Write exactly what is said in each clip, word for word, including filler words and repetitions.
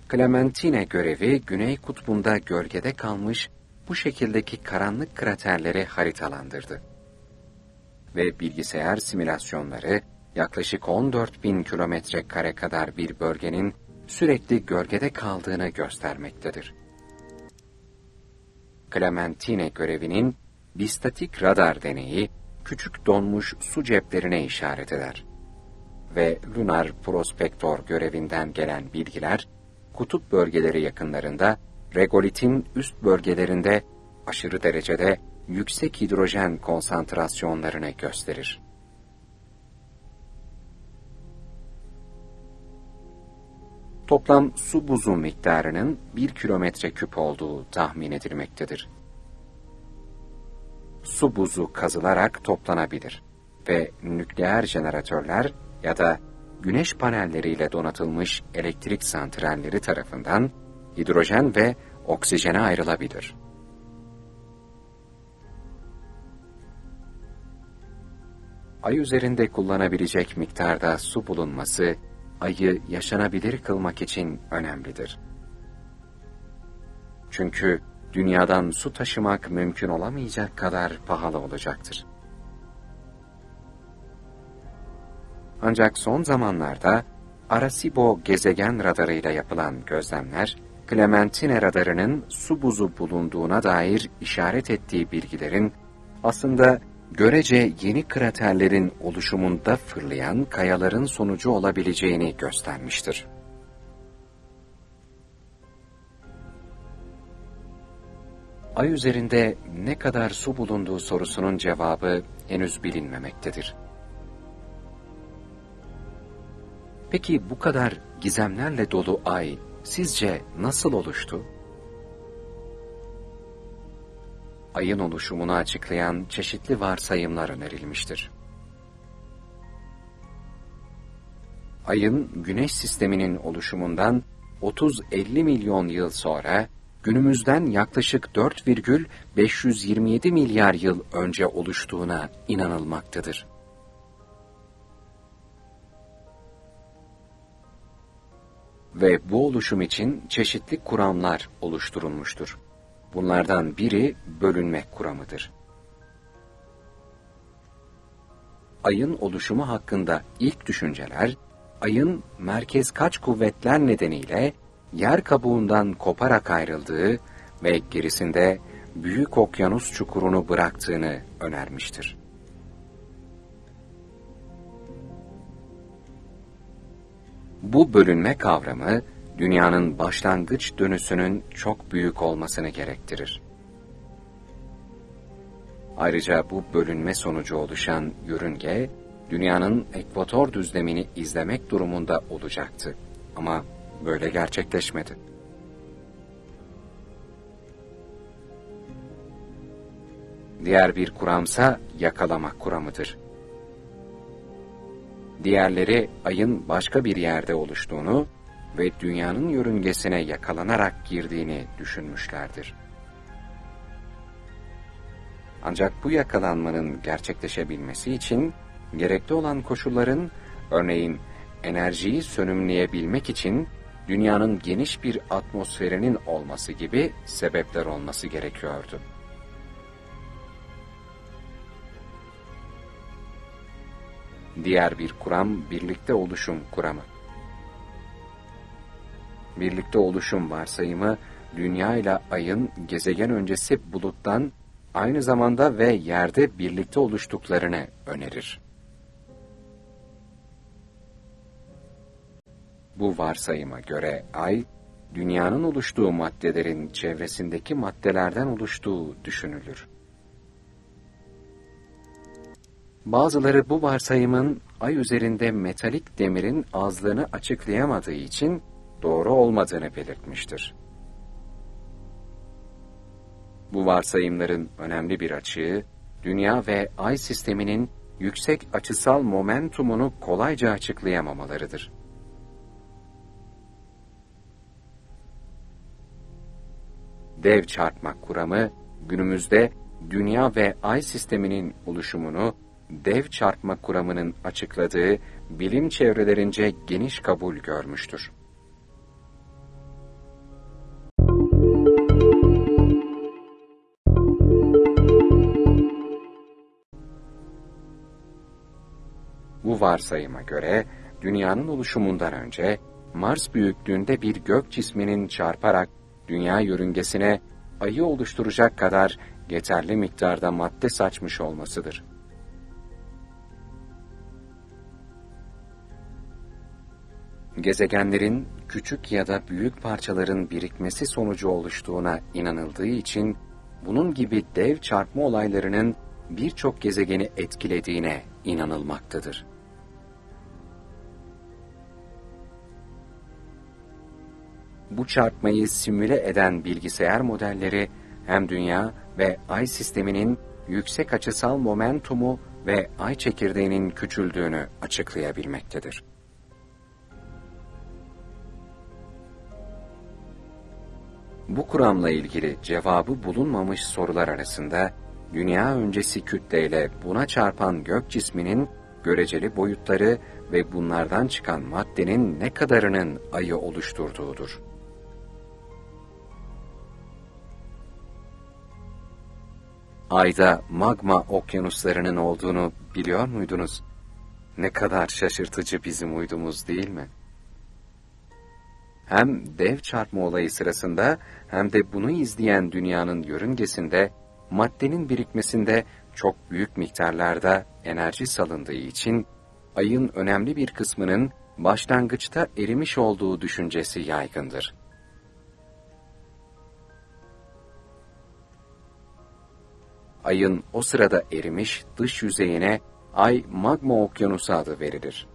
Clementine görevi, Güney Kutbu'nda gölgede kalmış bu şekildeki karanlık kraterleri haritalandırdı. Ve bilgisayar simülasyonları, yaklaşık on dört bin kilometre kare kadar bir bölgenin sürekli gölgede kaldığını göstermektedir. Clementine görevinin bistatik radar deneyi, küçük donmuş su ceplerine işaret eder. Ve Lunar Prospektor görevinden gelen bilgiler, kutup bölgeleri yakınlarında, regolitin üst bölgelerinde aşırı derecede yüksek hidrojen konsantrasyonlarını gösterir. Toplam su buzu miktarının bir kilometre küp olduğu tahmin edilmektedir. Su buzu kazılarak toplanabilir ve nükleer jeneratörler ya da güneş panelleriyle donatılmış elektrik santralleri tarafından hidrojen ve oksijene ayrılabilir. Ay üzerinde kullanabilecek miktarda su bulunması, Ay'ı yaşanabilir kılmak için önemlidir. Çünkü dünyadan su taşımak mümkün olamayacak kadar pahalı olacaktır. Ancak son zamanlarda Arecibo gezegen radarıyla yapılan gözlemler, Clementine radarının su buzu bulunduğuna dair işaret ettiği bilgilerin aslında görece yeni kraterlerin oluşumunda fırlayan kayaların sonucu olabileceğini göstermiştir. Ay üzerinde ne kadar su bulunduğu sorusunun cevabı henüz bilinmemektedir. Peki bu kadar gizemlerle dolu Ay sizce nasıl oluştu? Ayın oluşumunu açıklayan çeşitli varsayımlar önerilmiştir. Ayın Güneş sisteminin oluşumundan otuz elli milyon yıl sonra, günümüzden yaklaşık dört virgül beş yüz yirmi yedi milyar yıl önce oluştuğuna inanılmaktadır. Ve bu oluşum için çeşitli kuramlar oluşturulmuştur. Bunlardan biri bölünme kuramıdır. Ayın oluşumu hakkında ilk düşünceler, Ayın merkez kaç kuvvetler nedeniyle yer kabuğundan koparak ayrıldığı ve gerisinde büyük okyanus çukurunu bıraktığını önermiştir. Bu bölünme kavramı, dünyanın başlangıç dönüsünün çok büyük olmasını gerektirir. Ayrıca bu bölünme sonucu oluşan yörünge, dünyanın ekvator düzlemini izlemek durumunda olacaktı. Ama böyle gerçekleşmedi. Diğer bir kuramsa yakalamak kuramıdır. Diğerleri Ay'ın başka bir yerde oluştuğunu ve dünyanın yörüngesine yakalanarak girdiğini düşünmüşlerdir. Ancak bu yakalanmanın gerçekleşebilmesi için gerekli olan koşulların, örneğin enerjiyi sönümleyebilmek için dünyanın geniş bir atmosferinin olması gibi sebepler olması gerekiyordu. Diğer bir kuram, birlikte oluşum kuramı. Birlikte oluşum varsayımı, Dünya ile Ay'ın gezegen öncesi buluttan aynı zamanda ve yerde birlikte oluştuklarını önerir. Bu varsayıma göre Ay, Dünya'nın oluştuğu maddelerin çevresindeki maddelerden oluştuğu düşünülür. Bazıları bu varsayımın Ay üzerinde metalik demirin azlığını açıklayamadığı için doğru olmadığını belirtmiştir. Bu varsayımların önemli bir açığı, Dünya ve Ay sisteminin yüksek açısal momentumunu kolayca açıklayamamalarıdır. Dev çarpma kuramı, günümüzde Dünya ve Ay sisteminin oluşumunu dev çarpma kuramının açıkladığı bilim çevrelerince geniş kabul görmüştür. Bu varsayıma göre, Dünya'nın oluşumundan önce, Mars büyüklüğünde bir gök cisminin çarparak Dünya yörüngesine Ay'ı oluşturacak kadar yeterli miktarda madde saçmış olmasıdır. Gezegenlerin küçük ya da büyük parçaların birikmesi sonucu oluştuğuna inanıldığı için, bunun gibi dev çarpma olaylarının birçok gezegeni etkilediğine inanılmaktadır. Bu çarpmayı simüle eden bilgisayar modelleri, hem Dünya ve Ay sisteminin yüksek açısal momentumu ve Ay çekirdeğinin küçüldüğünü açıklayabilmektedir. Bu kuramla ilgili cevabı bulunmamış sorular arasında, Dünya öncesi kütleyle buna çarpan gök cisminin göreceli boyutları ve bunlardan çıkan maddenin ne kadarının Ay'ı oluşturduğudur. Ay'da magma okyanuslarının olduğunu biliyor muydunuz? Ne kadar şaşırtıcı bizim uydumuz, değil mi? Hem dev çarpma olayı sırasında hem de bunu izleyen Dünya'nın yörüngesinde maddenin birikmesinde çok büyük miktarlarda enerji salındığı için Ay'ın önemli bir kısmının başlangıçta erimiş olduğu düşüncesi yaygındır. Ay'ın o sırada erimiş dış yüzeyine Ay magma okyanusu adı verilir.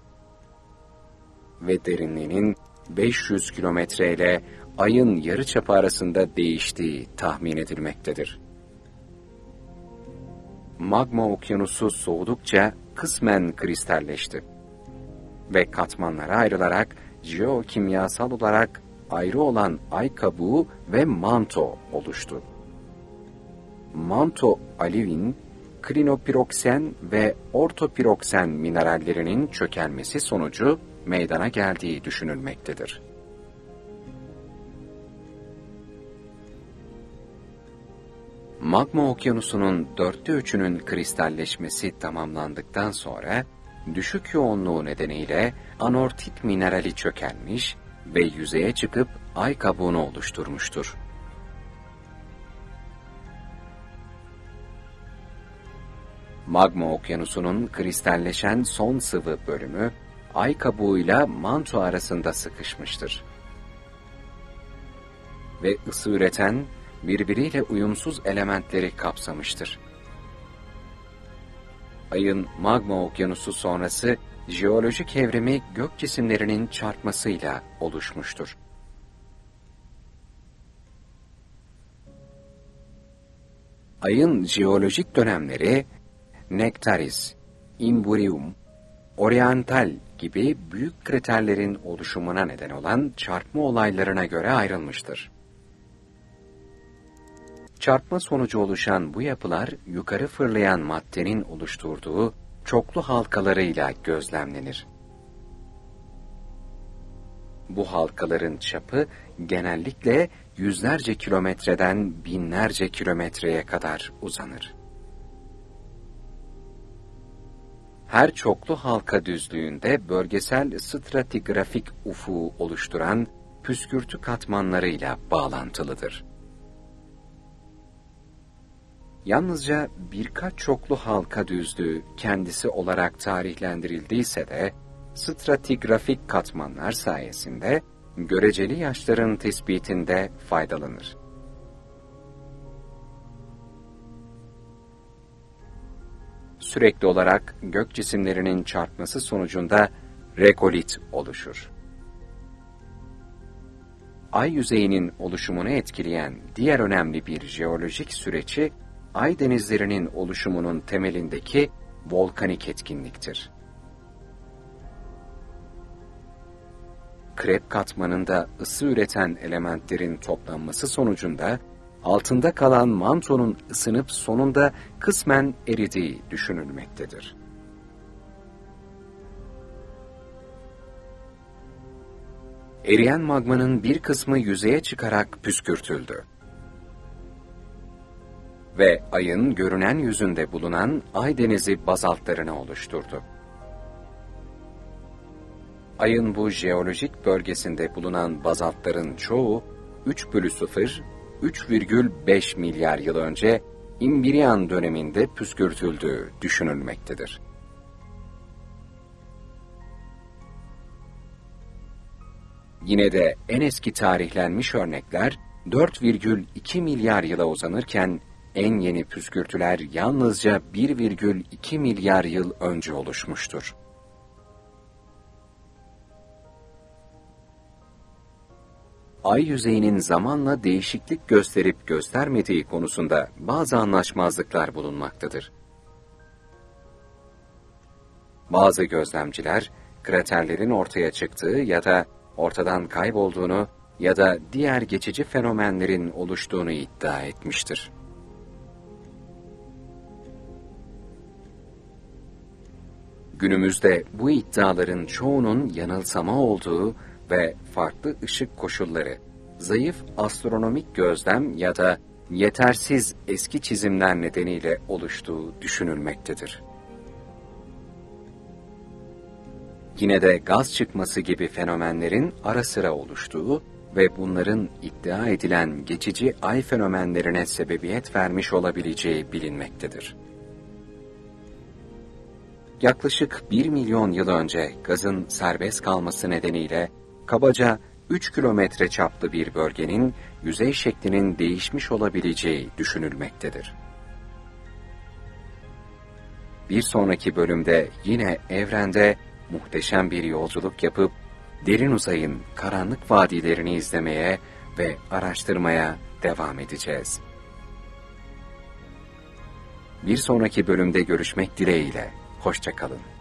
Ve derinliğinin beş yüz kilometre ile Ay'ın yarıçapı arasında değiştiği tahmin edilmektedir. Magma okyanusu soğudukça kısmen kristalleşti ve katmanlara ayrılarak jeokimyasal olarak ayrı olan Ay kabuğu ve manto oluştu. Manto alüvin, klinopiroksen ve ortopiroksen minerallerinin çökelmesi sonucu meydana geldiği düşünülmektedir. Magma okyanusunun dörtte üçünün kristalleşmesi tamamlandıktan sonra, düşük yoğunluğu nedeniyle anortit minerali çökelmiş ve yüzeye çıkıp Ay kabuğunu oluşturmuştur. Magma okyanusunun kristalleşen son sıvı bölümü, Ay kabuğuyla manto arasında sıkışmıştır. Ve ısı üreten, birbiriyle uyumsuz elementleri kapsamıştır. Ay'ın magma okyanusu sonrası, jeolojik evrimi gök cisimlerinin çarpmasıyla oluşmuştur. Ay'ın jeolojik dönemleri, Nectaris, Imburium, Oriental gibi büyük kraterlerin oluşumuna neden olan çarpma olaylarına göre ayrılmıştır. Çarpma sonucu oluşan bu yapılar, yukarı fırlayan maddenin oluşturduğu çoklu halkalarıyla gözlemlenir. Bu halkaların çapı genellikle yüzlerce kilometreden binlerce kilometreye kadar uzanır. Her çoklu halka düzlüğünde bölgesel stratigrafik ufuğu oluşturan püskürtü katmanlarıyla bağlantılıdır. Yalnızca birkaç çoklu halka düzlüğü kendisi olarak tarihlendirildiyse de, stratigrafik katmanlar sayesinde göreceli yaşların tespitinde faydalanır. Sürekli olarak gök cisimlerinin çarpması sonucunda regolit oluşur. Ay yüzeyinin oluşumunu etkileyen diğer önemli bir jeolojik süreci, Ay denizlerinin oluşumunun temelindeki volkanik etkinliktir. Krep katmanında ısı üreten elementlerin toplanması sonucunda, altında kalan mantonun ısınıp sonunda kısmen eridiği düşünülmektedir. Eriyen magmanın bir kısmı yüzeye çıkarak püskürtüldü ve Ay'ın görünen yüzünde bulunan Ay denizi bazaltlarını oluşturdu. Ay'ın bu jeolojik bölgesinde bulunan bazaltların çoğu üç bölü sıfır, üç virgül beş milyar yıl önce İmbriyan döneminde püskürtüldüğü düşünülmektedir. Yine de en eski tarihlenmiş örnekler dört virgül iki milyar yıla uzanırken en yeni püskürtüler yalnızca bir virgül iki milyar yıl önce oluşmuştur. Ay yüzeyinin zamanla değişiklik gösterip göstermediği konusunda bazı anlaşmazlıklar bulunmaktadır. Bazı gözlemciler, kraterlerin ortaya çıktığı ya da ortadan kaybolduğunu ya da diğer geçici fenomenlerin oluştuğunu iddia etmiştir. Günümüzde bu iddiaların çoğunun yanılsama olduğu ve farklı ışık koşulları, zayıf astronomik gözlem ya da yetersiz eski çizimler nedeniyle oluştuğu düşünülmektedir. Yine de gaz çıkması gibi fenomenlerin ara sıra oluştuğu ve bunların iddia edilen geçici ay fenomenlerine sebebiyet vermiş olabileceği bilinmektedir. Yaklaşık bir milyon yıl önce gazın serbest kalması nedeniyle kabaca üç kilometre çaplı bir bölgenin yüzey şeklinin değişmiş olabileceği düşünülmektedir. Bir sonraki bölümde yine evrende muhteşem bir yolculuk yapıp derin uzayın karanlık vadilerini izlemeye ve araştırmaya devam edeceğiz. Bir sonraki bölümde görüşmek dileğiyle, hoşça kalın.